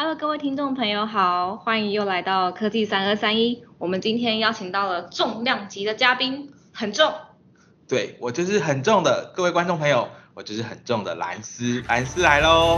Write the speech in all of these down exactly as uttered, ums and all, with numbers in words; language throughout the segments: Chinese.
Hello，各位听众朋友好，欢迎又来到科技三二三一。我们今天邀请到了重量级的嘉宾，很重。 对，我就是很重的，各位观众朋友，我就是很重的蓝斯，蓝斯来喽。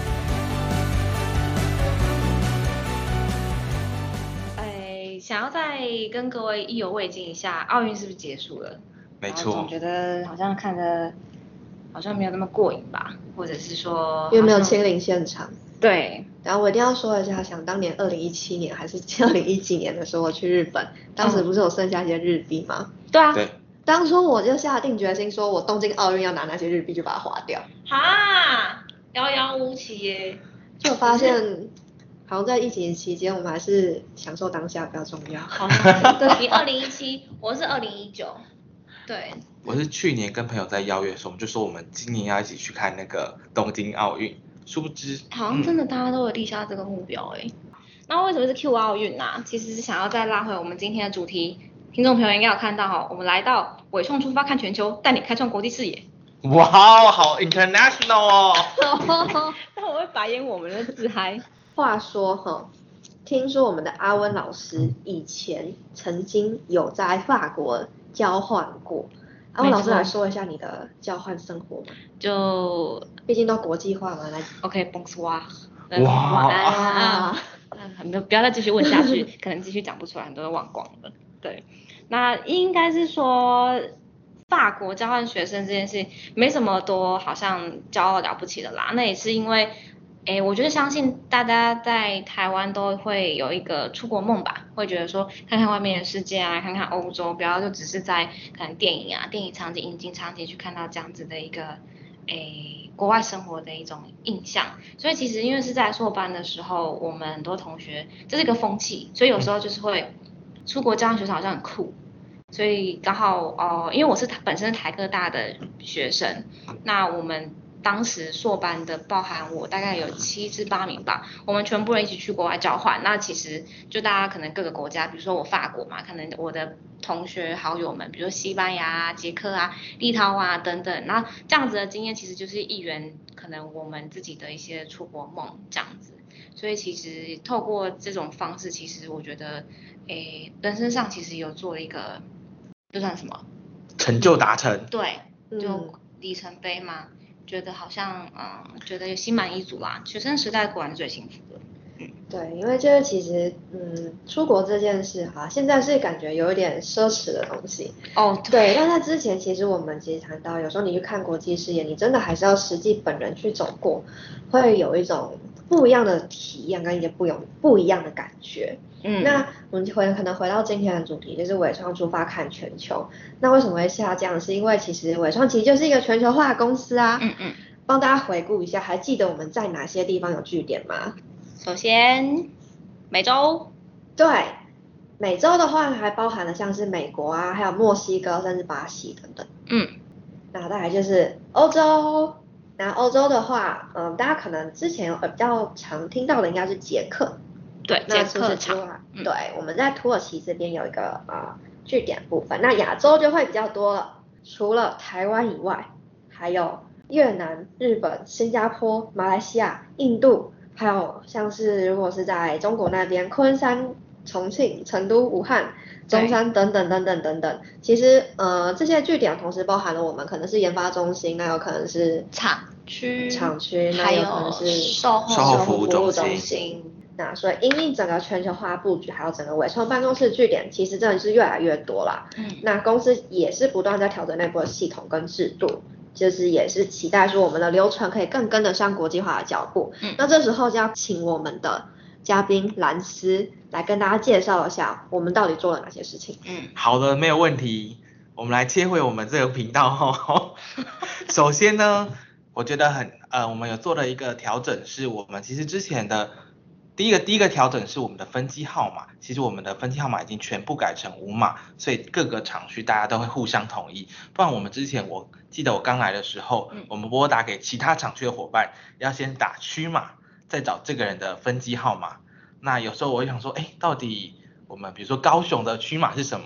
哎，想要再跟各位意犹未尽一下，奥运是不是结束了？ 没错。 总觉得好像看的，好像没有那么过瘾吧，或者是说， 因为没有亲临现场。 对。 然后我一定要说一下，想当年二零一七年还是二零一几年的时候，我去日本，当时不是有剩下一些日币吗？ 嗯、对啊。 对。 当初我就下定决心说，我东京奥运要拿那些日币就把它花掉。 哈，遥遥无期耶。 就发现，好像在疫情期间，我们还是享受当下比较重要。 好像对，你二零一七，我是二零一九。对。 我是去年跟朋友在邀约的时候，我们就说我们今年要一起去看那个东京奥运。殊不知， 好像真的大家都有立下这个目标哎、欸嗯。那为什么是 Q 奥运啊？其实是想要再拉回我们今天的主题，听众朋友应该有看到哈，我们来到伟创出发看全球，带你开创国际视野。 哇，好 international 哦！ 但我会白眼我们的自嗨。 话说哈，听说我们的阿温老师以前曾经有在法国交换过。阿温老师来说一下你的交换生活吧。 就毕竟都国际化嘛，来。 OK，bonsoir。 哇啊！没有，不要再继续问下去，可能继续讲不出来，很多都忘光了。对，那应该是说法国交换学生这件事没什么多好像骄傲了不起的啦。那也是因为，诶，我觉得相信大家在台湾都会有一个出国梦吧，会觉得说看看外面的世界啊，看看欧洲，不要就只是在可能电影啊、电影场景、影景场景去看到这样子的一个。诶，国外生活的一种印象，所以其实因为是在硕班的时候，我们很多同学这是一个风气，所以有时候就是会出国交换学生好像很酷，所以刚好哦、呃，因为我是本身是台科大的学生，那我们当时硕班的包含我大概有七至八名吧，我们全部人一起去国外交换，那其实就大家可能各个国家，比如说我法国嘛，可能我的同学好友们，比如说西班牙啊、捷克啊、立陶啊等等，那这样子的经验其实就是一圆可能我们自己的一些出国梦这样子，所以其实透过这种方式，其实我觉得，诶，人生上其实有做一个，这算什么？ 成就达成。 对，就里程碑嘛，嗯、觉得好像嗯，觉得心满意足啦。学生时代果然是最幸福的。 嗯，对，因为这个其实，嗯，出国这件事哈，现在是感觉有一点奢侈的东西。 哦， 对。但在之前，其实我们其实谈到，有时候你去看国际视野，你真的还是要实际本人去走过，会有一种不一样的体验跟一些不有不一样的感觉。嗯，那我们回可能回到今天的主题，就是伟创出发看全球。那为什么会下降？是因为其实伟创其实就是一个全球化的公司啊。嗯嗯。帮大家回顾一下，还记得我们在哪些地方有据点吗？ 首先，美洲。对， 美洲的话还包含了像是美国啊，还有墨西哥，甚至巴西等等。嗯，那再来就是欧洲。那欧洲的话，嗯，大家可能之前有比较常听到的应该是捷克。 对，捷克场。 嗯、对，我们在土耳其这边有一个呃据点部分。那亚洲就会比较多了，除了台湾以外，还有越南、日本、新加坡、马来西亚、印度。还有像是如果是在中国那边，昆山、重庆、成都、武汉、中山等等等等等等，其实呃这些据点同时包含了我们可能是研发中心，那有可能是厂区， 厂区，那有可能是售后售后服务中心。心那所以因应整个全球化布局，还有整个伟创办公室据点，其实真的是越来越多啦。嗯，那公司也是不断在调整内部的系统跟制度。就是也是期待说我们的流程可以更跟得上国际化的脚步。嗯，那这时候就要请我们的嘉宾蓝斯来跟大家介绍一下我们到底做了哪些事情。 嗯，好的，没有问题。我们来切回我们这个频道哈。首先呢，我觉得很呃，我们有做了一个调整，是我们其实之前的第一个第一个调整是我们的分机号码，其实我们的分机号码已经全部改成无码，所以各个厂区大家都会互相统一。不然我们之前我记得我刚来的时候，嗯、我们拨打给其他厂区的伙伴，要先打区码，再找这个人的分机号码。那有时候我会想说，哎，到底我们比如说高雄的区码是什么？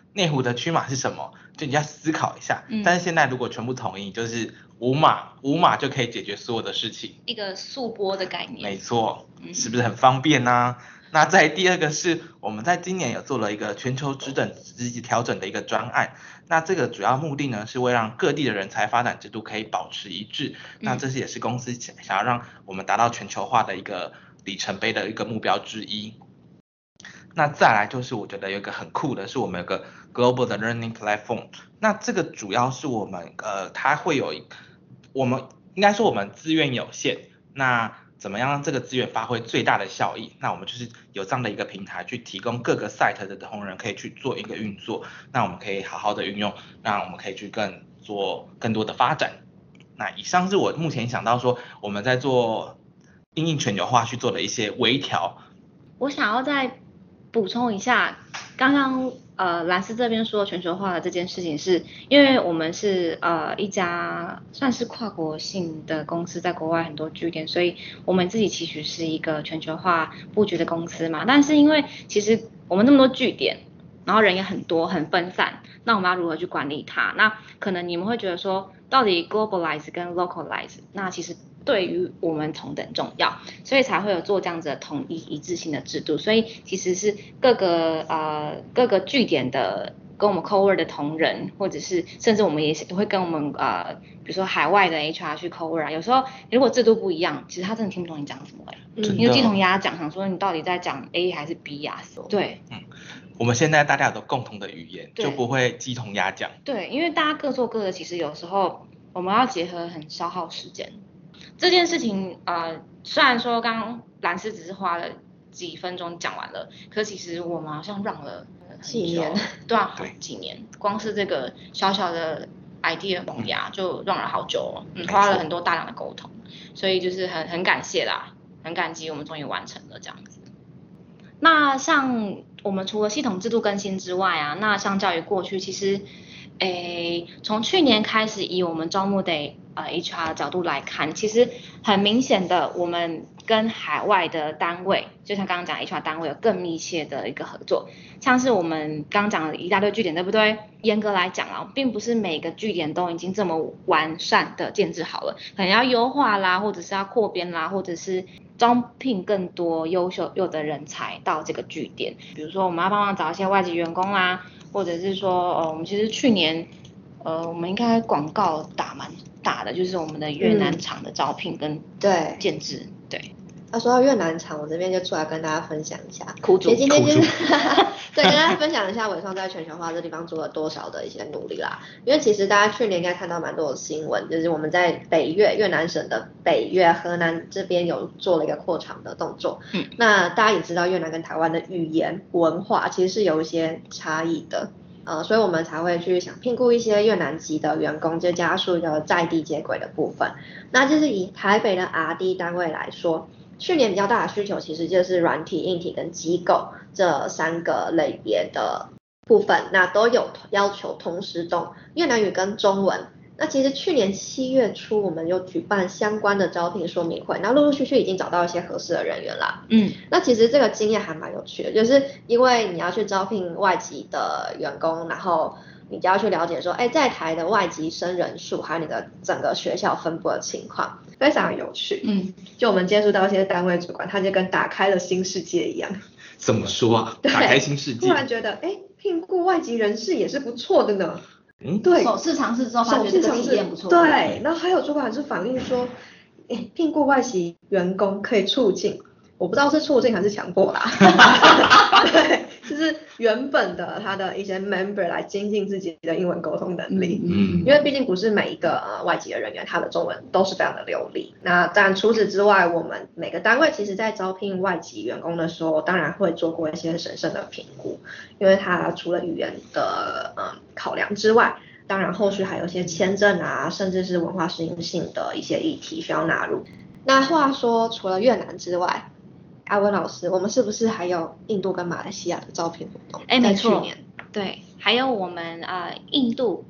内湖的区码是什么，就你要思考一下。 嗯、 但是现在如果全部统一，就是五码，五码就可以解决所有的事情。 一个速播的概念。 没错， 嗯、 是不是很方便呢、啊？那在第二个是我们在今年有做了一个全球职等职级调整的一个专案，那这个主要目的呢是为让各地的人才发展制度可以保持一致，那这是也是公司想想要让我们达到全球化的一个里程碑的一个目标之一。那再来就是我觉得有一个很酷的是我们有个 Global 的 Learning Platform， 那这个主要是我们呃它会有我们应该说我们资源有限，那怎么样让这个资源发挥最大的效益？那我们就是有这样的一个平台去提供各个 site 的同仁可以去做一个运作，那我们可以好好的运用，那我们可以去更做更多的发展。那以上是我目前想到说我们在做因应全球化去做的一些微调。 我想要再补充一下，刚刚呃蓝斯这边说全球化的这件事情是，因为我们是呃一家算是跨国性的公司，在国外很多据点，所以我们自己其实是一个全球化布局的公司嘛。但是因为其实我们那么多据点，然后人也很多很分散，那我们要如何去管理它？那可能你们会觉得说，到底 globalize 跟 localize， 那其实对于我们同等重要，所以才会有做这样子的统一一致性的制度。所以其实是各个呃各个据点的跟我们 cowork 的同仁，或者是甚至我们也会跟我们呃比如说海外的 H R 去 cowork 啊。有时候如果制度不一样，其实他真的听不懂你讲什么呀。 嗯， 你就鸡同鸭讲，想说你到底在讲 A 还是 B 呀、啊？对， 嗯，我们现在大家有共同的语言，就不会鸡同鸭讲。 对，因为大家各做各的，其实有时候我们要结合很消耗时间。这件事情呃，虽然说刚刚蓝斯只是花了几分钟讲完了，可其实我们好像让了几年， 对啊，好几年，光是这个小小的 idea 萌芽就让了好久哦，嗯，花了很多大量的沟通，所以就是很很感谢啦，很感激我们终于完成了这样子。那像我们除了系统制度更新之外啊，那相较于过去，其实诶，从去年开始，以我们招募的呃 H R 的角度来看，其实很明显的，我们跟海外的单位，就像刚刚讲 H R 单位有更密切的一个合作。像是我们刚刚讲的一大堆据点，对不对？严格来讲啊，并不是每个据点都已经这么完善的建制好了，可能要优化啦，或者是要扩编啦，或者是招聘更多优秀优的人才到这个据点。比如说，我们要帮忙找一些外籍员工啦。或者是说，呃，我们其实去年，呃，我们应该广告打蛮大的，就是我们的越南厂的招聘跟对建制，对。 那说到越南厂，我这边就出来跟大家分享一下， 苦主， 今天就是对，跟大家分享一下伟创在全球化这地方做了多少的一些努力啦。因为其实大家去年应该看到蛮多的新闻，就是我们在北越越南省的北越河南这边有做了一个扩厂的动作。嗯，那大家也知道越南跟台湾的语言文化其实是有一些差异的。呃，所以我们才会去想聘雇一些越南籍的员工，就加速一个在地接轨的部分。那就是以台北的 R D 单位来说，去年比较大的需求其实就是软体、硬体跟机构这三个类别的部分，那都有要求同时懂越南语跟中文。那其实去年七月初我们有举办相关的招聘说明会，那陆陆续续已经找到一些合适的人员啦。嗯，那其实这个经验还蛮有趣的，就是因为你要去招聘外籍的员工，然后你就要去了解说，哎，在台的外籍生人数还有你的整个学校分布的情况，非常有趣。嗯，就我们接触到一些单位主管，他就跟打开了新世界一样。 怎么说啊？打开新世界。 突然觉得，哎，聘雇外籍人士也是不错的呢。 嗯，对，首次尝试之后发觉这个体验不错。 对，然后还有主管是反映说，诶，聘雇外籍员工可以促进，我不知道是促进还是强迫啦。对，就是原本的他的一些 member 来精进自己的英文沟通能力。嗯，因为毕竟不是每一个呃外籍的人员他的中文都是非常的流利。那但除此之外，我们每个单位其实在招聘外籍员工的时候，当然会做过一些审慎的评估，因为他除了语言的嗯考量之外，当然后续还有一些签证啊，甚至是文化适应性的一些议题需要纳入。那话说，除了越南之外，阿文老师，我们是不是还有印度跟马来西亚的招聘活动？ 哎，没错，对，还有我们呃印度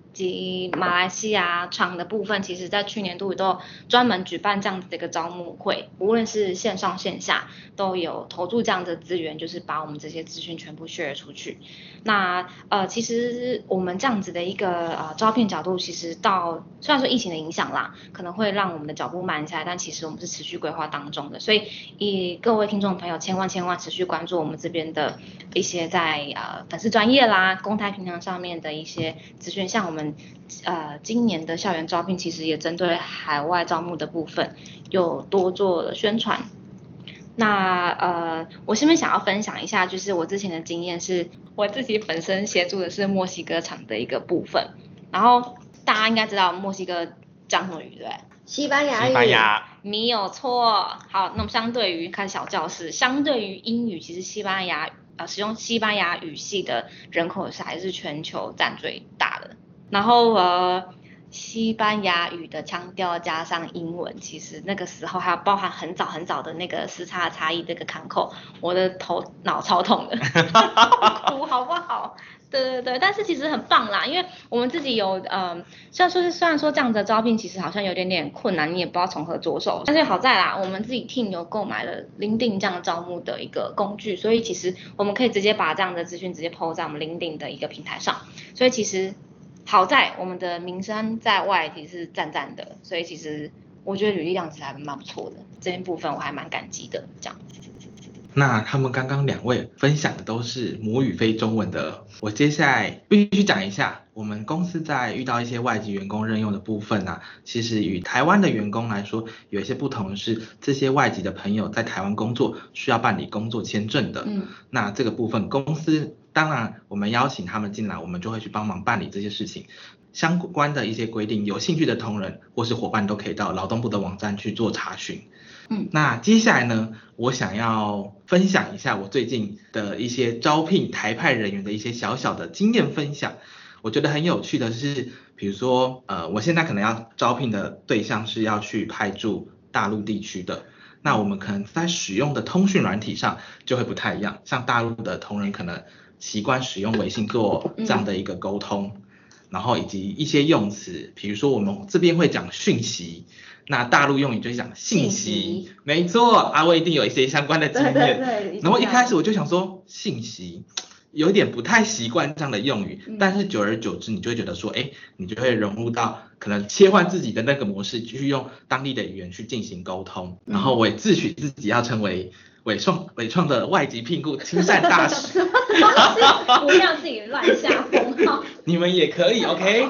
及马来西亚厂的部分，其实在去年度都有专门举办这样子的一个招募会，无论是线上线下都有投注这样的资源，就是把我们这些资讯全部 share 出去。那呃，其实我们这样子的一个呃招聘角度，其实到虽然说疫情的影响啦，可能会让我们的脚步慢下来，但其实我们是持续规划当中的。所以以各位听众朋友，千万千万持续关注我们这边的一些在呃粉丝专页啦、公开平台上面的一些资讯，像我们呃今年的校园招聘，其实也针对海外招募的部分，有多做了宣传。那呃，我这边想要分享一下，就是我之前的经验是，我自己本身协助的是墨西哥厂的一个部分，然后大家应该知道墨西哥讲什么语对不对？ 西班牙语。 西班牙。 没有错。好，那么相对于看小教室，相对于英语，其实西班牙呃使用西班牙语系的人口是还是全球占最大的。然后呃。西班牙语的腔调加上英文，其实那个时候还有包含很早很早的那个时差差异这个坎口，我的头脑超痛的，痛苦好不好？对对对，但是其实很棒啦，因为我们自己有呃，虽然说是虽然说这样的招聘其实好像有点点困难，你也不知道从何着手，但是好在啦，我们自己 team 有购买了 LinkedIn 这样招募的一个工具，所以其实我们可以直接把这样的资讯直接 po 在我们 LinkedIn 的一个平台上，所以其实。好在我们的名声在外其实是赞赞的，所以其实我觉得履历量其实还蛮不错的，这件部分我还蛮感激的。这样。 那他们刚刚两位分享的都是母语非中文的，我接下来必须讲一下，我们公司在遇到一些外籍员工任用的部分啊，其实与台湾的员工来说有一些不同的是，这些外籍的朋友在台湾工作需要办理工作签证的。嗯，那这个部分公司当然我们邀请他们进来，我们就会去帮忙办理这些事情。相关的一些规定，有兴趣的同仁或是伙伴都可以到劳动部的网站去做查询。嗯，那接下来呢，我想要分享一下我最近的一些招聘台派人员的一些小小的经验分享。我觉得很有趣的是，比如说呃，我现在可能要招聘的对象是要去派驻大陆地区的，那我们可能在使用的通讯软体上就会不太一样，像大陆的同仁可能习惯使用微信做这样的一个沟通。嗯，然后以及一些用词，比如说我们这边会讲讯息，那大陆用语就是讲信息，没错，阿威一定有一些相关的经验。对对对。然后一开始我就想说，信息有点不太习惯这样的用语，嗯，但是久而久之，你就会觉得说，哎，你就会融入到可能切换自己的那个模式，去用当地的语言去进行沟通。嗯，然后我也自诩自己要成为伟创伟创的外籍聘雇亲善大使。 不要自己乱下封号。 你们也可以 ，OK？OK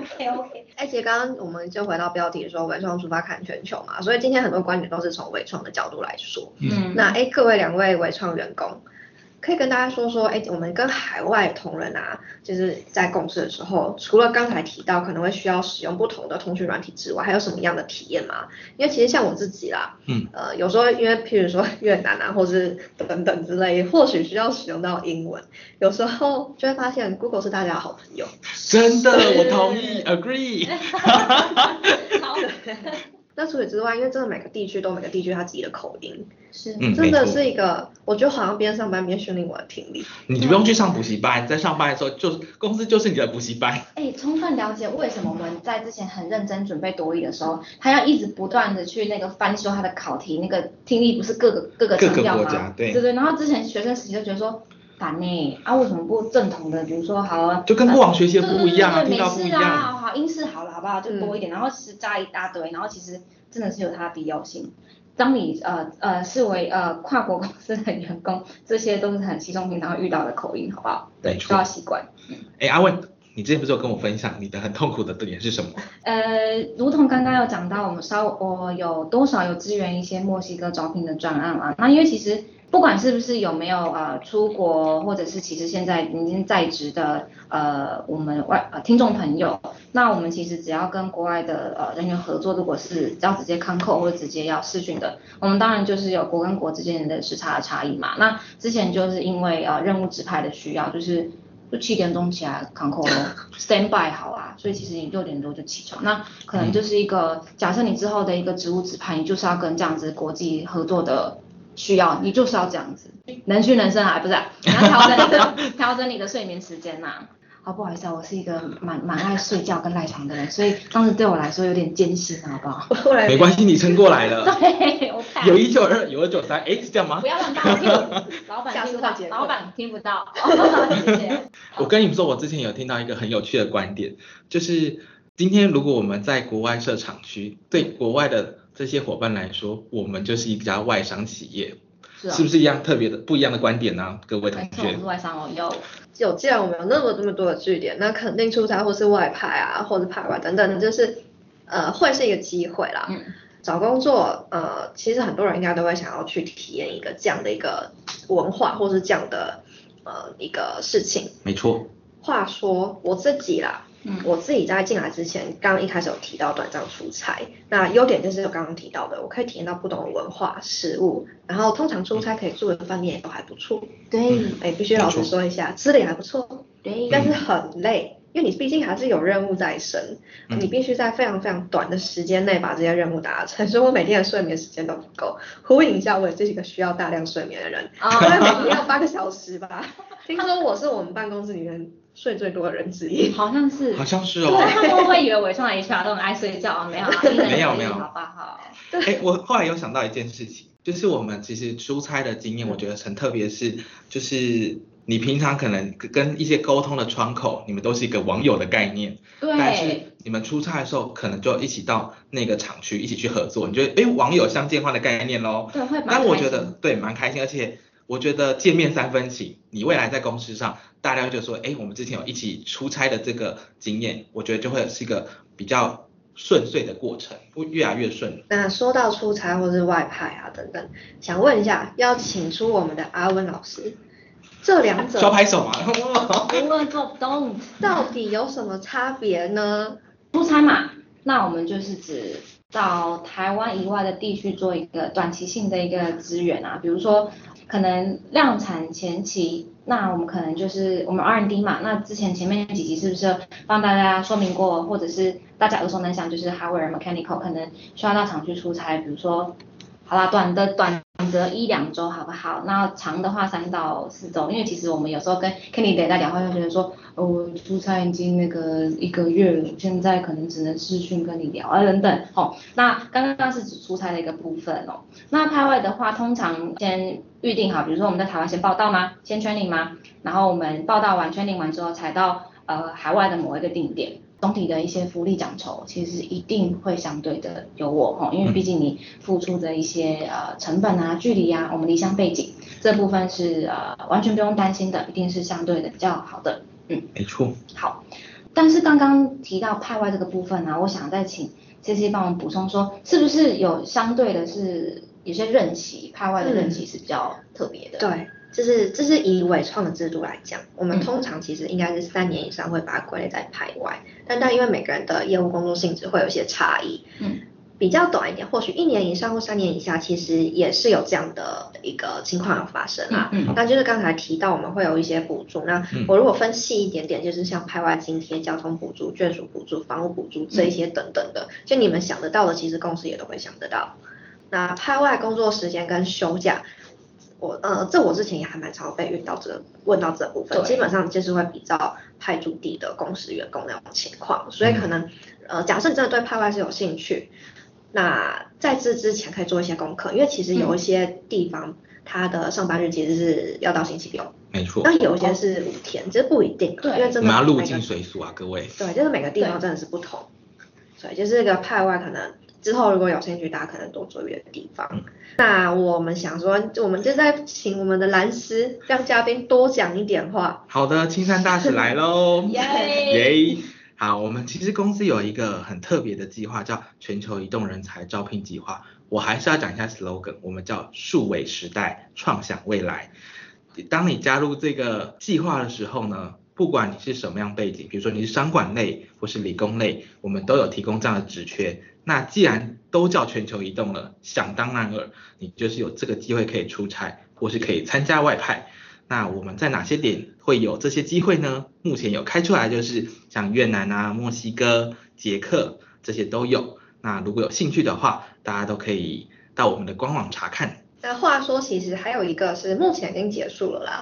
OK。哎，其实刚刚我们就回到标题说伟创出发看全球嘛，所以今天很多观点都是从伟创的角度来说。嗯。那哎，各位两位伟创员工，可以跟大家说说，哎，我们跟海外同仁啊，就是在共事的时候，除了刚才提到可能会需要使用不同的通讯软体之外，还有什么样的体验吗？因为其实像我自己啦，嗯，呃，有时候因为譬如说越南啊，或是等等之类，或许需要使用到英文，有时候就会发现 Google 是大家的好朋友。 真的，我同意 ，agree。 好。那除此之外，因为真的每个地区都有每个地区它自己的口音， 是， 真的是一个，我觉得好像边上班边训练我的听力。 你不用去上补习班，在上班的时候就是公司就是你的补习班。 哎、欸，充分了解为什么我们在之前很认真准备多益的时候，他要一直不断的去那个翻修他的考题，那个听力不是各个各个强调吗？ 各个国家，对对对。然后之前学生时期就觉得说。烦呢啊，为什么不正统的？比如说好啊， 就跟过往学习不一样啊， 听到不一样。 啊，好好，英式好了，好不好？就多一点，嗯、然后其实加一大堆，然后其实真的是有它的必要性。当你呃呃视为呃跨国公司的员工，这些都是很稀松平常遇到的口音，好不好？对，都要习惯。 哎、嗯，阿问，你之前不是有跟我分享你的很痛苦的点是什么？ 呃，如同刚刚有讲到，我们稍我有多少有支援一些墨西哥招聘的专案啊，那因为其实。不管是不是有没有呃出国，或者是其实现在已经在职的呃我们外呃听众朋友，那我们其实只要跟国外的呃人员合作，如果是要直接康扣或者直接要视讯的，我们当然就是有国跟国之间的时差的差异嘛。那之前就是因为呃任务指派的需要，就是就七点钟起来康扣咯 ，stand by 好啊，所以其实你六点多就起床，那可能就是一个假设你之后的一个职务指派，你就是要跟这样子国际合作的。需要你就是要这样子，能屈能伸啊，不是、啊？你要调整你的调整你的睡眠时间呐、啊。 好不好意思啊，我是一个蛮蛮爱睡觉跟赖床的人，所以当时对我来说有点艰辛，好不好？ 没关系，你撑过来了。 对，我看。 有一九二，有二九三，哎，是这样吗？ 不要乱报，老板听不到，老板听不到。谢谢。 我跟你们说，我之前有听到一个很有趣的观点，就是今天如果我们在国外设厂区，对国外的这些伙伴来说，我们就是一家外商企业。是, 是不是一样特别的不一样的观点呢、啊？各位同学。 没错，我们是外商哦，有有既然我们有那么那么多的据点，那肯定出差或是外派啊，或者派外等等的，就是呃会是一个机会啦。嗯。找工作呃，其实很多人应该都会想要去体验一个这样的一个文化，或是这样的呃一个事情。 没错。 话说我自己啦。嗯，我自己在进来之前，刚刚一开始有提到短暂出差，那优点就是我刚刚提到的，我可以体验到不同的文化、食物，然后通常出差可以住的饭店也都还不错。对，哎，必须老实说一下，吃的也还不错。对，但是很累，因为你毕竟还是有任务在身，嗯、你必须在非常非常短的时间内把这些任务达成，所以我每天的睡眠时间都不够。呼应一下，我也是一个需要大量睡眠的人，大概每天要八个小时吧。听说我是我们办公室里面睡最多的人之一， 好像是， 好像是哦。 对，他们会以为伟创的 H R 都很爱睡觉啊，没有啊， 没有没有， 好不好？ 哎，我后来有想到一件事情，就是我们其实出差的经验，我觉得很特别，是就是你平常可能跟一些沟通的窗口，你们都是一个网友的概念， 对， 但是你们出差的时候，可能就一起到那个厂区一起去合作，你觉得哎，网友相见欢的概念咯。 对，会蛮开心。 但我觉得对蛮开心，而且我觉得见面三分情，你未来在公司上，大家会觉得说，哎，我们之前有一起出差的这个经验，我觉得就会是一个比较顺遂的过程，会越来越顺。 那说到出差或是外派啊等等，想问一下，要请出我们的阿温老师，这两者刷拍手嘛， 无论做不动， 到底有什么差别呢？ 出差嘛，那我们就是指到台湾以外的地区做一个短期性的一个资源啊，比如说可能量产前期，那我们可能就是我们 R and D 嘛，那之前前面几集是不是帮大家说明过，或者是大家耳熟能详，就是 Hardware Mechanical 可能需要到厂区出差，比如说好啦，短的短则一两周好不好？那长的话三到四周，因为其实我们有时候跟 Candidate 在聊话，会觉得说，哦，我出差已经那个一个月了，现在可能只能视讯跟你聊啊等等，哦，那刚刚是指出差的一个部分哦。那派外的话，通常先预定好，比如说我们在台湾先报到吗？先 training 吗？然后我们报到完 training 完之后，才到呃海外的某一个定点。总体的一些福利奖酬其实一定会相对的有我哈，因为毕竟你付出的一些呃成本啊、距离啊、我们离乡背景这部分是呃完全不用担心的，一定是相对的比较好的，嗯， 没错。 好，但是刚刚提到派外这个部分呢、啊，我想再请 C C 帮我们补充说，是不是有相对的是有些任期派外的任期是比较特别的？ 嗯、对。就是这是以伟创的制度来讲，我们通常其实应该是三年以上会把它归类在派外，但但因为每个人的业务工作性质会有一些差异，嗯，比较短一点，或许一年以上或三年以下，其实也是有这样的一个情况有发生啊。嗯，那就是刚才提到我们会有一些补助，那我如果分细一点点，就是像派外津贴、交通补助、眷属补助、房屋补助这一些等等的，就你们想得到的，其实公司也都会想得到。那派外工作时间跟休假。我呃，这我之前也还蛮常被遇到这个问到这部分，基本上就是会比照派驻地的公司员工那种情况，所以可能呃，假设你真的对派外是有兴趣，那在这之前可以做一些功课，因为其实有一些地方它的上班日其实是要到星期六， 没错， 那有一些是五天，其实不一定，对，因为真的我们要入境随俗啊，各位， 对，就是每个地方真的是不同，所以就是这个派外可能。之后如果有兴趣，大家可能多注意的地方。嗯、那我们想说，我们就在请我们的蓝斯让嘉宾多讲一点话。 好的，青山大使来喽！耶！好，我们其实公司有一个很特别的计划，叫全球移动人才招聘计划。我还是要讲一下 slogan， 我们叫数位时代，创想未来。当你加入这个计划的时候呢，不管你是什么样背景，比如说你是商管类或是理工类，我们都有提供这样的职缺。那既然都叫全球移动了，想当然尔，你就是有这个机会可以出差，或是可以参加外派。那我们在哪些点会有这些机会呢？目前有开出来就是像越南啊、墨西哥、捷克这些都有。那如果有兴趣的话，大家都可以到我们的官网查看。 那话说，其实还有一个是目前已经结束了啦。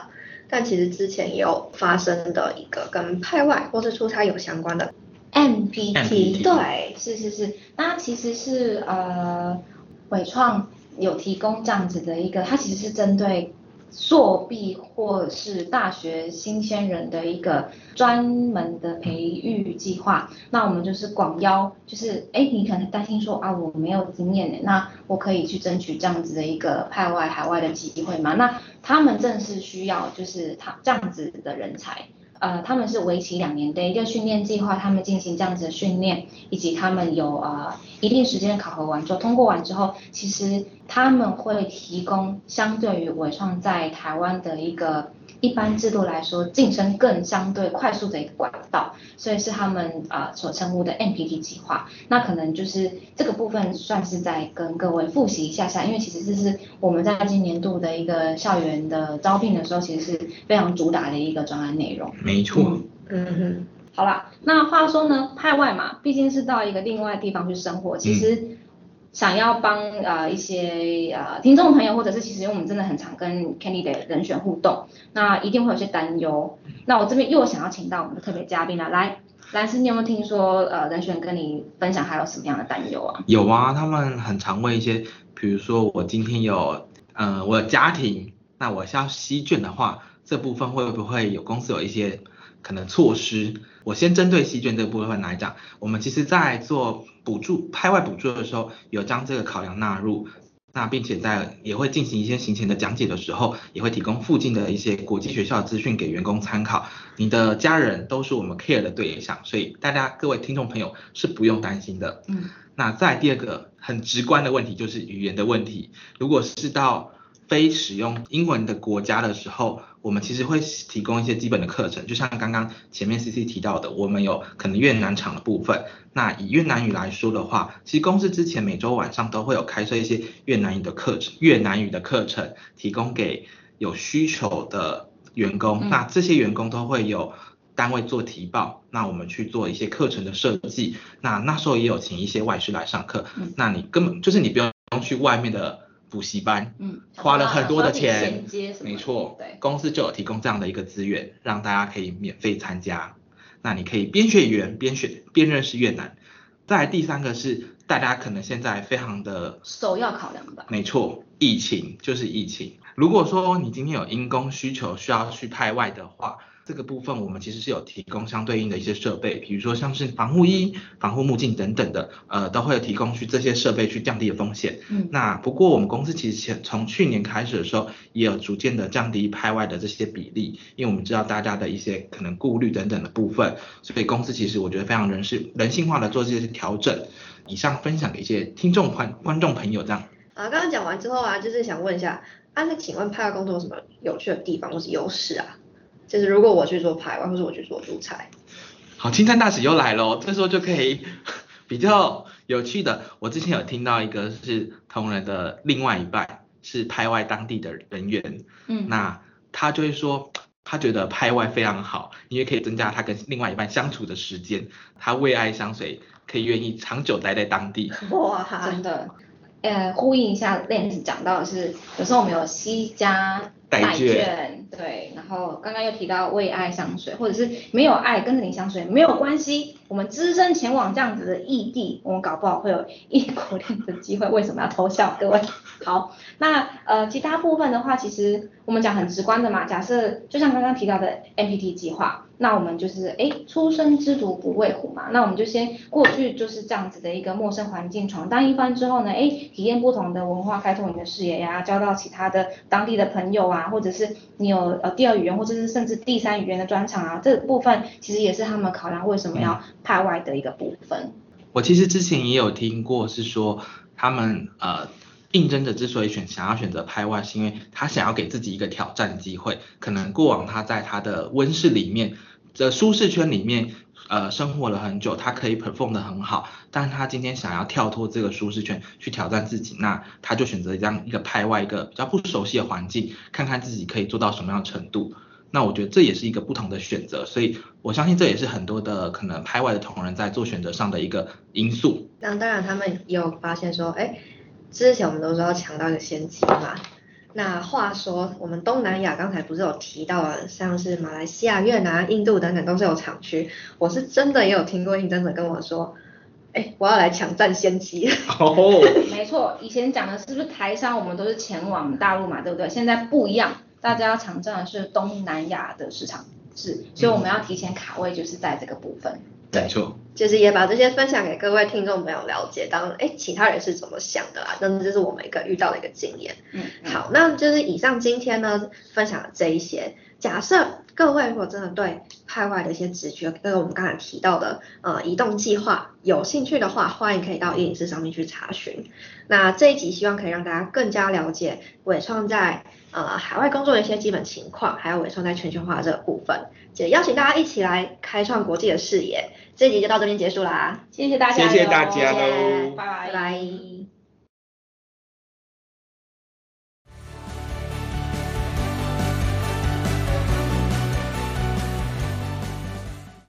但其实之前也有发生的一个跟派外或是出差有相关的 M P T， M P T 对，是是是，那其实是呃，伟创有提供这样子的一个，它其实是针对硕毕或是大学新鲜人的一个专门的培育计划。那我们就是广邀，就是哎，你可能担心说啊，我没有经验，那我可以去争取这样子的一个派外海外的机会吗？那他们正是需要就是他这样子的人才。呃，他们是为期两年的一个训练计划，他们进行这样子的训练，以及他们有呃一定时间考核完之后，通过完之后，其实他们会提供相对于伟创在台湾的一个一般制度来说，晋升更相对快速的一个管道，所以是他们呃所称呼的 M P T 计划。那可能就是这个部分算是在跟各位复习一下下，因为其实这是我们在今年度的一个校园的招聘的时候，其实是非常主打的一个专案内容。 没错。 嗯哼。 好啦，那话说呢，派外嘛，毕竟是到一个另外地方去生活，其实想要帮呃一些呃听众朋友，或者是其实我们真的很常跟 Kenny 的人选互动，那一定会有些担忧。那我这边又想要请到我们的特别嘉宾了，来，兰斯，你有没有听说呃人选跟你分享还有什么样的担忧啊？ 有啊，他们很常问一些，比如说我今天有呃我有家庭，那我是要吸卷的话，这部分会不会有公司有一些可能措施？我先针对吸卷这部分来讲，我们其实在做补助派外补助的时候，有将这个考量纳入。那并且在也会进行一些行前的讲解的时候，也会提供附近的一些国际学校的资讯给员工参考。你的家人都是我们 care 的对象，所以大家各位听众朋友是不用担心的。 嗯。 那再第二个很直观的问题就是语言的问题。如果是到非使用英文的国家的时候，我们其实会提供一些基本的课程，就像刚刚前面 C C 提到的，我们有可能越南场的部分。那以越南语来说的话，其实公司之前每周晚上都会有开设一些越南语的课程，越南语的课程提供给有需求的员工。嗯、那这些员工都会有单位做提报，那我们去做一些课程的设计。那那时候也有请一些外师来上课，嗯、那你根本就是你不用去外面的补习班， 嗯， 花了很多的钱， 没错，公司就有提供这样的一个资源，让大家可以免费参加。那你可以边学语言边学边认识越南。再来第三个是大家可能现在非常的首要考量吧， 没错，疫情就是疫情。如果说你今天有因公需求需要去派外的话，这个部分我们其实是有提供相对应的一些设备，比如说像是防护衣、防护目镜等等的，呃，都会有提供去这些设备去降低的风险。嗯，那不过我们公司其实从去年开始的时候，也有逐渐的降低派外的这些比例，因为我们知道大家的一些可能顾虑等等的部分，所以公司其实我觉得非常人事人性化的做这些调整。以上分享给一些听众观观众朋友这样。 啊，刚刚讲完之后啊，就是想问一下，啊，那请问派外工作有什么有趣的地方或是优势啊？就是如果我去做派外，或是我去做驻差。 好，青山大使又来了，这时候就可以比较有趣的。我之前有听到一个是同仁的另外一半是派外当地的人员，嗯，那他就会说他觉得派外非常好，因为可以增加他跟另外一半相处的时间，他为爱相随，可以愿意长久待在当地。 哇，真的。呃，呼应一下 Lance 讲到的是，有时候我们有惜家带眷，对，然后刚刚又提到为爱相随，或者是没有爱跟着你相随没有关系，我们只身前往这样子的异地，我们搞不好会有异国恋的机会，为什么要偷笑各位？好，那呃其他部分的话，其实我们讲很直观的嘛，假设就像刚刚提到的 M P T 计划，那我们就是哎初生之犊不畏虎嘛，那我们就先过去就是这样子的一个陌生环境闯荡一番之后呢，哎体验不同的文化，开拓你的视野呀，交到其他的当地的朋友啊，或者是你有呃第二语言或者是甚至第三语言的专长啊，这个部分其实也是他们考量为什么要派外的一个部分。 我其实之前也有听过是说他们呃应征者之所以选想要选择派外，是因为他想要给自己一个挑战机会，可能过往他在他的温室里面的舒适圈里面呃生活了很久，他可以 perform 得很好，但他今天想要跳脱这个舒适圈去挑战自己，那他就选择这样一个派外一个比较不熟悉的环境，看看自己可以做到什么样的程度。那我觉得这也是一个不同的选择，所以我相信这也是很多的可能派外的同仁在做选择上的一个因素。 那当然他们也有发现说，哎，之前我们都知道强调一个先机嘛， 那话说，我们东南亚刚才不是有提到了，像是马来西亚、越南、印度等等都是有厂区。我是真的也有听过应征者跟我说，哎，我要来抢占先机。 哦， 没错，以前讲的是不是台商我们都是前往大陆嘛，对不对？现在不一样，大家要抢占的是东南亚的市场，是，所以我们要提前卡位，就是在这个部分。 没错， 就是也把这些分享给各位听众朋友了解，当哎其他人是怎么想的啦，那这是我们一个遇到的一个经验。 嗯， 好，那就是以上今天呢分享的这一些，假设各位如果真的对派外的一些职缺，跟我们刚才提到的呃移动计划有兴趣的话，欢迎可以到一零四上面去查询。那这一集希望可以让大家更加了解伟创在呃海外工作的一些基本情况，还有伟创在全球化这个部分，也邀请大家一起来开创国际的视野。这一集就到这边结束啦， 谢谢大家， 谢谢大家喽， 拜拜。 拜拜。